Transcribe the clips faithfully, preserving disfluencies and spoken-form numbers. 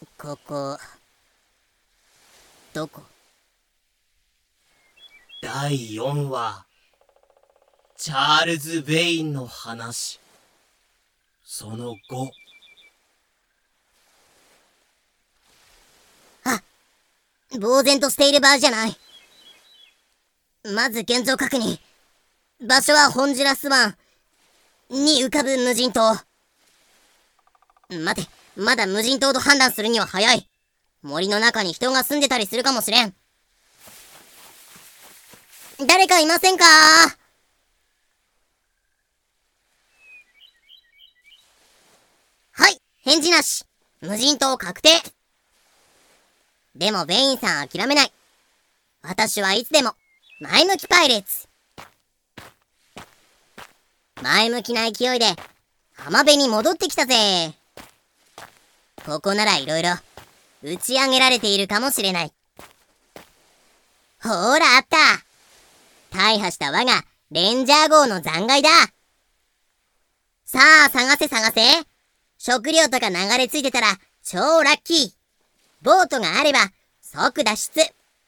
ここどこ？ だいよんわ、チャールズ・ベインの話。そのご。 あ、呆然としている場合じゃない。まず現状確認。場所はホンジュラス湾に浮かぶ無人島。待て、まだ無人島と判断するには早い。森の中に人が住んでたりするかもしれん。誰かいませんか？はい、返事なし。無人島確定。でもベインさん諦めない。私はいつでも前向きパイレーツ。前向きな勢いで浜辺に戻ってきたぜ。ここならいろいろ打ち上げられているかもしれない。ほーらあった。大破した我がレンジャー号の残骸だ。さあ探せ探せ。食料とか流れ着いてたら超ラッキー。ボートがあれば即脱出。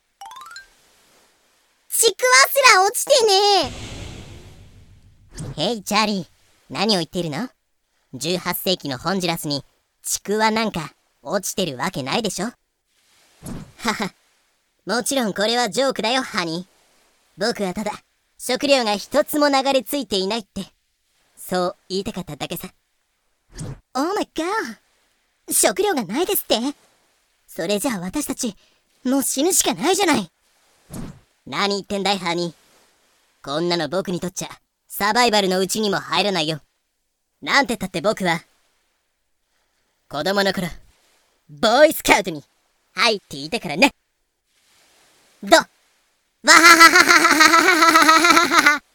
ちくわすら落ちてねえ。ヘイチャーリー、何を言っているの？じゅうはっせいきのホンジュラスにちくわなんか落ちてるわけないでしょ。はは、もちろんこれはジョークだよハニー。僕はただ食料が一つも流れ着いていないってそう言いたかっただけさ。オーマイガー、食料がないですって？それじゃあ私たちもう死ぬしかないじゃない。何言ってんだいハニー。こんなの僕にとっちゃサバイバルのうちにも入らないよ。なんてったって僕は子供の頃ボーイスカウトに入っていたからね。どわはははははははは。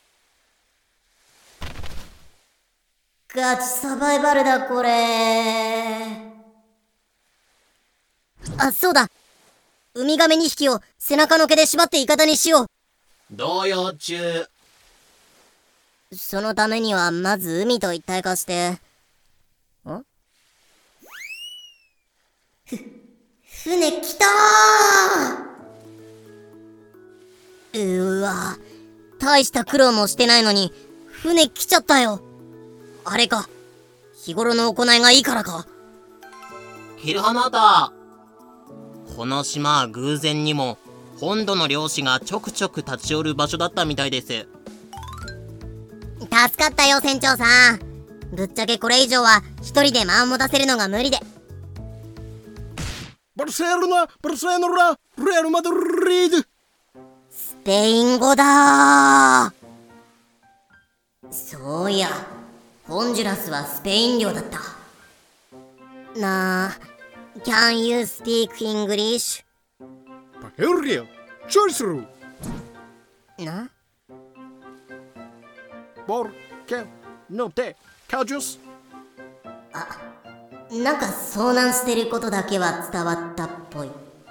ガチサバイバルだこれ。あ、そうだ、ウミガメにひきを背中の毛で縛ってイカダにしよう。 動揺中。 そのためにはまず海と一体化して。ん？ふ、船来たー。うわ、大した苦労もしてないのに船来ちゃったよ。あれか、日頃の行いがいいからか。 ヒルハナータ、この島は偶然にも本土の漁師がちょくちょく立ち寄る場所だったみたいです。 助かったよ船長さん。ぶっちゃけこれ以上は一人で間を持たせるのが無理で。 バルセロナ、バルセロナ、レアルマドリード。 スペイン語だー。そういや、ホンジュラスはスペイン領だった。なあ、Can you speak English? パエリア、チョイスル。 なボルケンノテカジュス。 あ、なんか遭難してることだけは伝わったっぽい。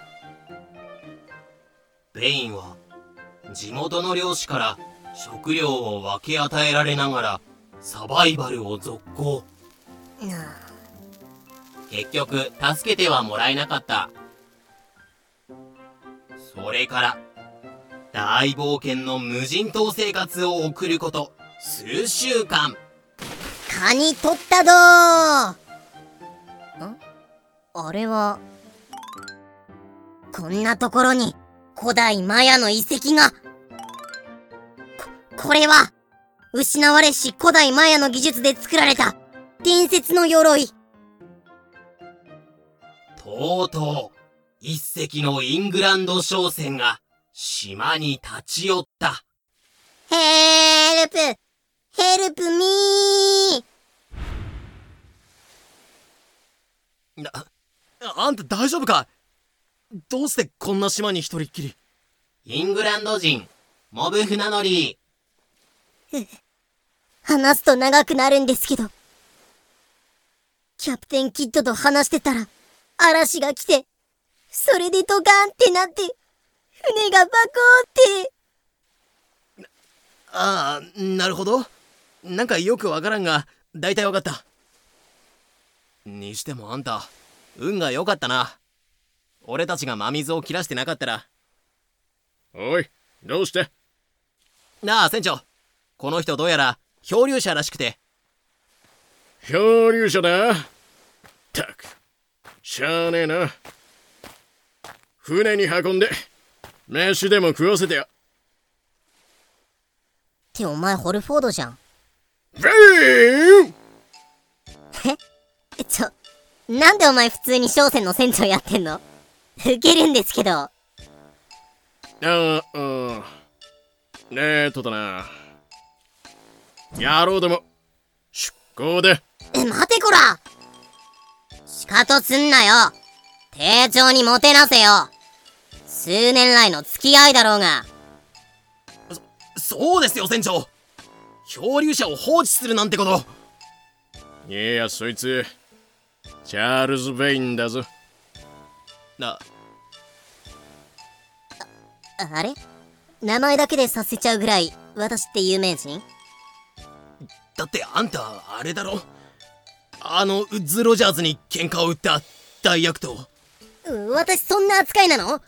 ベインは地元の漁師から食料を分け与えられながらサバイバルを続行。 なあ、 結局助けてはもらえなかった。それから大冒険の無人島生活を送ること数週間。 カニ取ったどー。ん？あれはこんなところに古代マヤの遺跡が。こ、これは失われし古代マヤの技術で作られた伝説の鎧。 とうとう一隻のイングランド商船が島に立ち寄った。 ヘルプヘルプミー。 な、あんた大丈夫か？どうしてこんな島に一人っきり？ イングランド人モブ船乗り。 話すと長くなるんですけど、キャプテンキッドと話してたら嵐が来て、それでドカーンってなって船がバコーって。 ああ、なるほど。なんかよくわからんが大体わかった。にしてもあんた運が良かったな。俺たちが真水を切らしてなかったら。 おい、どうして？ なあ船長、この人どうやら漂流者らしくて。 漂流者だ。ったく、しゃあねえな。船に運んで飯でも食わせてや。 ってお前ホルフォードじゃん。 ベーンえちょ、なんでお前普通に商船の船長やってんの？ウケるんですけど。 ああ、うん。えーっとだな。野郎ども、出港で。 え、待てこら！しかとすんなよ。丁重にもてなせよ。数年来の付き合いだろうが。 そ、そうですよ船長。漂流者を放置するなんてこと。 いや、そいつ、チャールズ・ベインだぞ。 な、 あ、あれ？名前だけでさせちゃうぐらい、私って有名人？ だってあんた、あれだろ？あのウッズ・ロジャーズに喧嘩を売った大悪党。 う、私そんな扱いなの？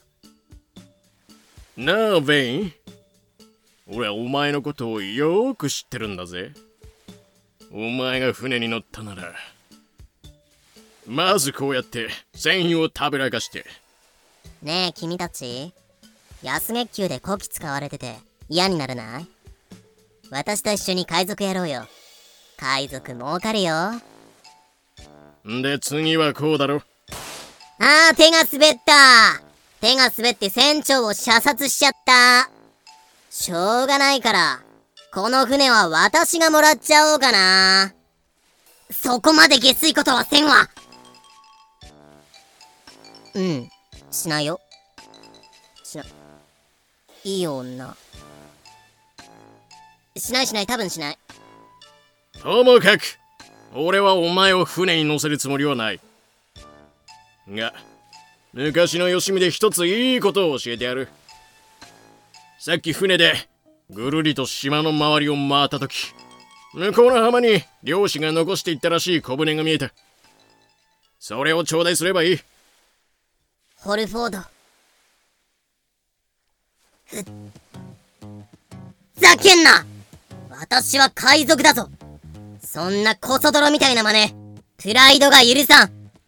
なあ、ベイン。俺はお前のことをよーく知ってるんだぜ。お前が船に乗ったなら、まずこうやって船員をたぶらかして。 ねえ君たち、安月給でこき使われてて嫌にならない？私と一緒に海賊やろうよ。海賊儲かるよ。 んで次はこうだろ。 あー、手が滑った。手が滑って船長を射殺しちゃった。しょうがないから、この船は私がもらっちゃおうかな。そこまで下水ことはせんわ。うん、しないよ。しな、いい女。しないしない、多分しない。 ともかく、俺はお前を船に乗せるつもりはない。が、昔のよしみで一ついいことを教えてやる。さっき船でぐるりと島の周りを回ったとき、向こうの浜に漁師が残していったらしい小舟が見えた。それを頂戴すればいい。 ホルフォード。ふざけんな！私は海賊だぞ。そんなコソ泥みたいな真似、プライドが許さん。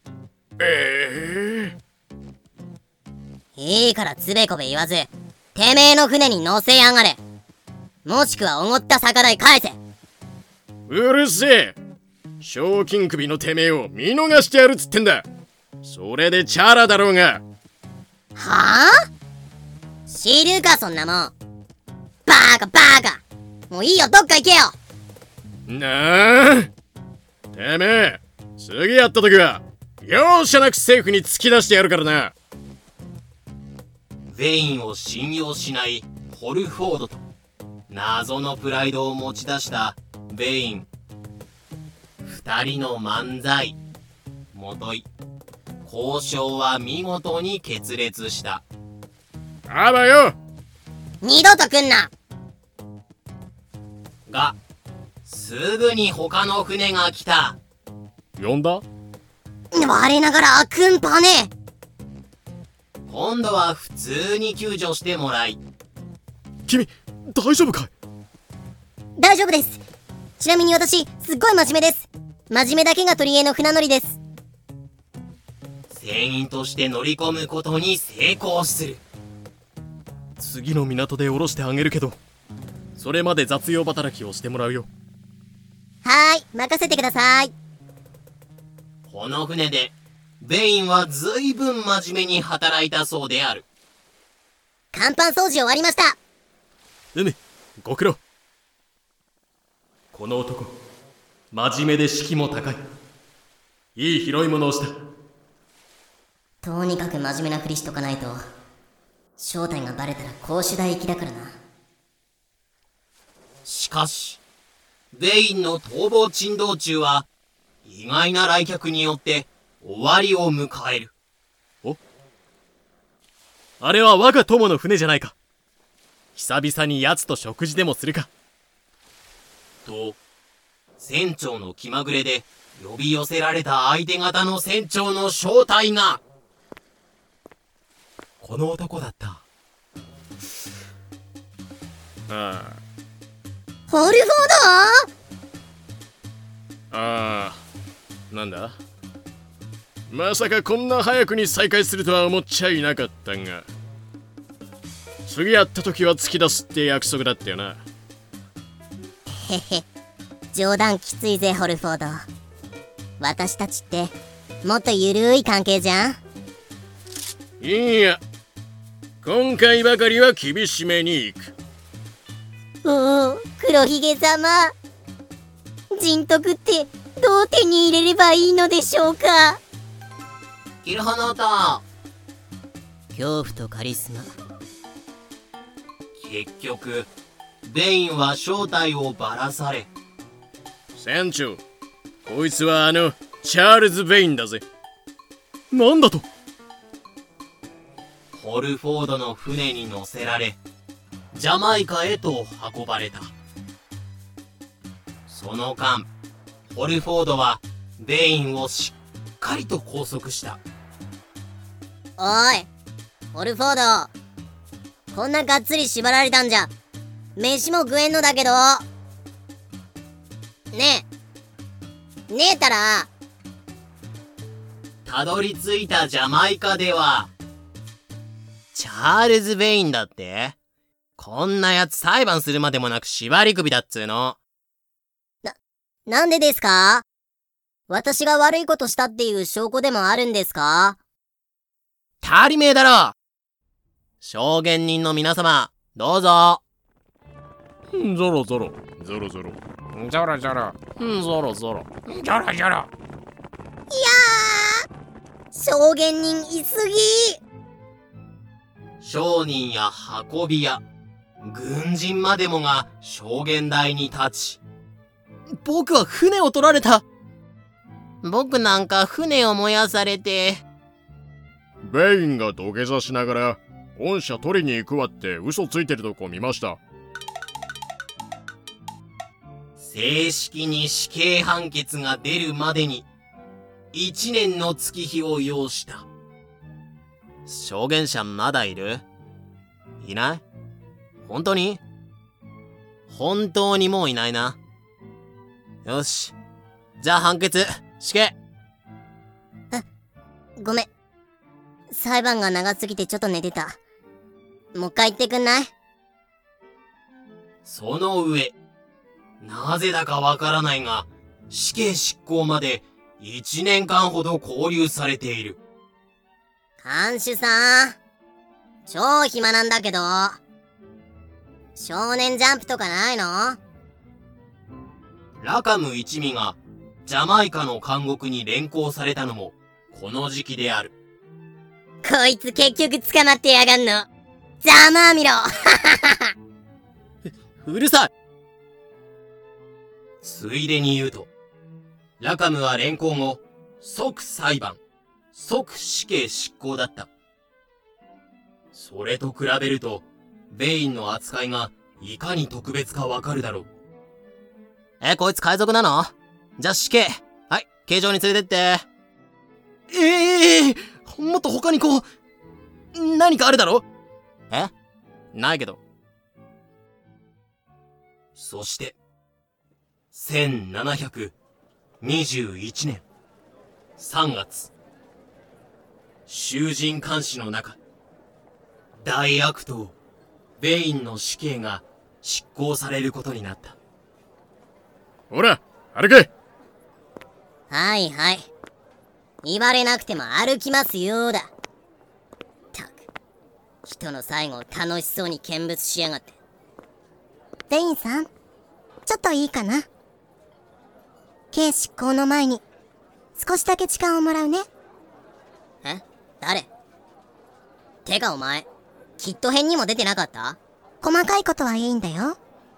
ええいいからつべこべ言わず、てめえの船に乗せやがれ。もしくはおごった酒代返せ。 うるせえ。賞金首のてめえを見逃してやるっつってんだ。それでチャラだろうが。 はあ？知るかそんなもん。バーカバーカ。もういいよ、どっか行けよ。 なあ、てめえ次やった時は容赦なく政府に突き出してやるからな。 ベインを信用しないホルフォードと謎のプライドを持ち出したベイン。二人の漫才もとい、交渉は見事に決裂した。 あばよ、 二度と来んな。 がすぐに他の船が来た。 呼んだ？ 我ながら悪運パネ。 今度は普通に救助してもらい。 君大丈夫かい？ 大丈夫です。ちなみに私すっごい真面目です。真面目だけが取り柄の船乗りです。 船員として乗り込むことに成功する。 次の港で降ろしてあげるけど、それまで雑用働きをしてもらうよ。 はーい、任せてください。 この船でベインはずいぶん真面目に働いたそうである。 甲板掃除終わりました。 うむ、ご苦労。この男真面目で士気も高い。いい拾い物をした。 とにかく真面目なふりしとかないと、正体がバレたら公主台行きだからな。 しかしベインの逃亡珍道中は意外な来客によって終わりを迎える。 お、あれは我が友の船じゃないか。久々に奴と食事でもするか。 と船長の気まぐれで呼び寄せられた相手方の船長の正体がこの男だった。 あホルフォーあああなんだ、まさかこんな早くに再会するとは思っちゃいなかったが、次会った時は突き出すって約束だったよな。 ド。へへ、冗談きついぜホルフォード。私たちってもっとゆるい関係じゃん。 いや、今回ばかりは厳しめに行く。 おお、黒ひげ様、人徳ってどう手に入れればいいのでしょうか。 キルハノート。 恐怖とカリスマ。 結局ベインは正体をばらされ、 船長、こいつはあのチャールズ・ベインだぜ。なんだと。 ホルフォードの船に乗せられジャマイカへと運ばれた。その間ホルフォードはベインをしっかりと拘束した。 おいホルフォード、こんながっつり縛られたんじゃ飯も食えんのだけど。ねえねえたら。 たどり着いたジャマイカでは、チャールズ・ベインだって？こんなやつ裁判するまでもなく縛り首だっつーの。 な、なんでですか？私が悪いことしたっていう証拠でもあるんですか？ 足りめえだろ。証言人の皆様、どうぞ。 ゾロゾロゾロゾロジョロジョロゾロゾロジョロジョロ。 いやー、証言人いすぎ。 商人や運び屋、軍人までもが証言台に立ち、僕は船を取られた。僕なんか船を燃やされて。 ベインが土下座しながら御社取りに行くわって嘘ついてるとこ見ました。 正式に死刑判決が出るまでに一年の月日を要した。証言者まだいる？いない？本当に？本当にもういないな。よし。じゃあ判決、死刑。 ごめん。裁判が長すぎてちょっと寝てた。もう一回言ってくんない？ その上、なぜだかわからないが、死刑執行までいちねんかんほど拘留されている。 看守さん、超暇なんだけど。少年ジャンプとかないの？ ラカム一味がジャマイカの監獄に連行されたのもこの時期である。 こいつ結局捕まってやがんの。ざまあみろ。 うるさい。ついでに言うと、ラカムは連行後、即裁判、即死刑執行だった。それと比べると、ベインの扱いがいかに特別かわかるだろう。え、こいつ海賊なの？じゃあ死刑。はい、刑場に連れてって。ええー、もっと他にこう、何かあるだろ？え？ないけど。そして、せんななひゃくにじゅういちねんさんがつ、囚人監視の中、大悪党、ベインの死刑が執行されることになった。 ほら、歩け。 はいはい。言われなくても歩きますよーだ。ったく、人の最後を楽しそうに見物しやがって。ベインさん、ちょっといいかな。刑執行の前に少しだけ時間をもらうね。え？誰？てかお前、キッド編にも出てなかった？細かいことはいいんだよ。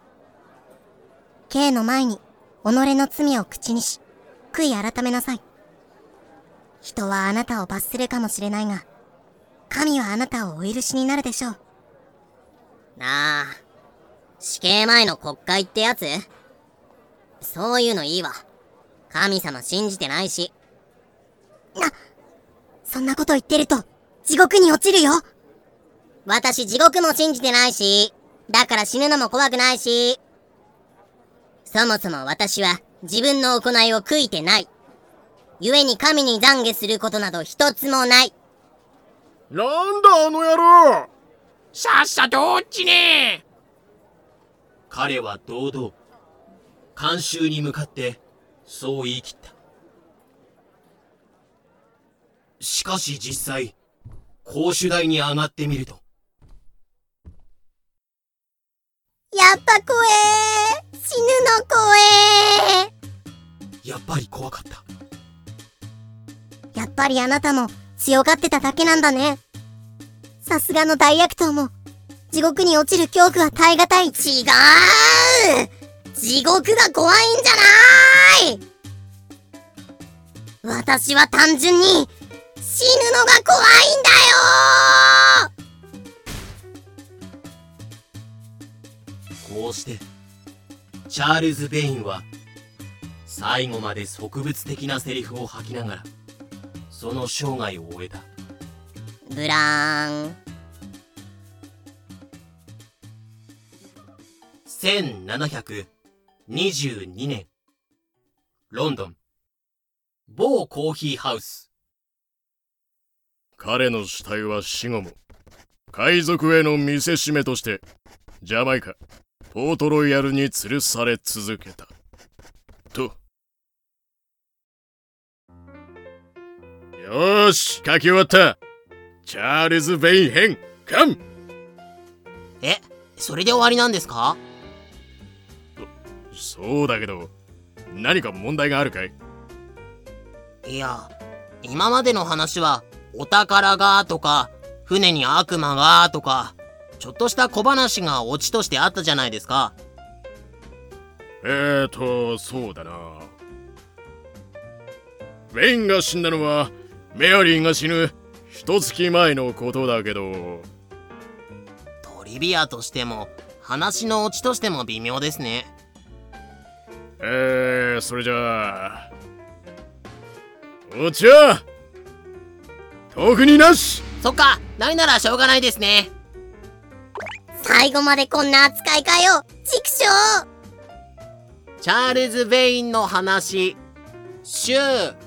刑の前に己の罪を口にし、悔い改めなさい。人はあなたを罰するかもしれないが、神はあなたをお許しになるでしょう。なあ、死刑前の国会ってやつ？ そういうのいいわ。神様信じてないし。な、そんなこと言ってると地獄に落ちるよ。私地獄も信じてないし、だから死ぬのも怖くないし。そもそも私は自分の行いを悔いてない。故に神に懺悔することなど一つもない。 なんだあの野郎。 さっさと落ちねえ。 彼は堂々観衆に向かってそう言い切った。しかし実際公主台に上がってみると、 やっぱ怖え。死ぬの怖え。 やっぱり怖かった。 やっぱりあなたも強がってただけなんだね。さすがの大悪党も地獄に落ちる恐怖は耐え難い。違う、地獄が怖いんじゃない。私は単純に死ぬのが怖いんだよ。 こうしてチャールズ・ベインは最後まで植物的なセリフを吐きながらその生涯を終えた。 ブラーン。 せんななひゃくにじゅうにねん、ロンドン、某コーヒーハウス。 彼の死体は死後も海賊への見せしめとしてジャマイカポートロイヤルに吊るされ続けたと。よーし、書き終わった。チャールズ・ベイン編完。 え、それで終わりなんですか？ そ、そうだけど何か問題があるかい？ いや、今までの話はお宝がとか船に悪魔がとかちょっとした小話がオチとしてあったじゃないですか。 えーとそうだな。ベインが死んだのはメアリーが死ぬ一月前のことだけど、 トリビアとしても話のオチとしても微妙ですね。 えー、それじゃあお茶特になし。 そっか、ないならしょうがないですね。 最後までこんな扱いかよ、畜生。 チャールズ・ベインの話終。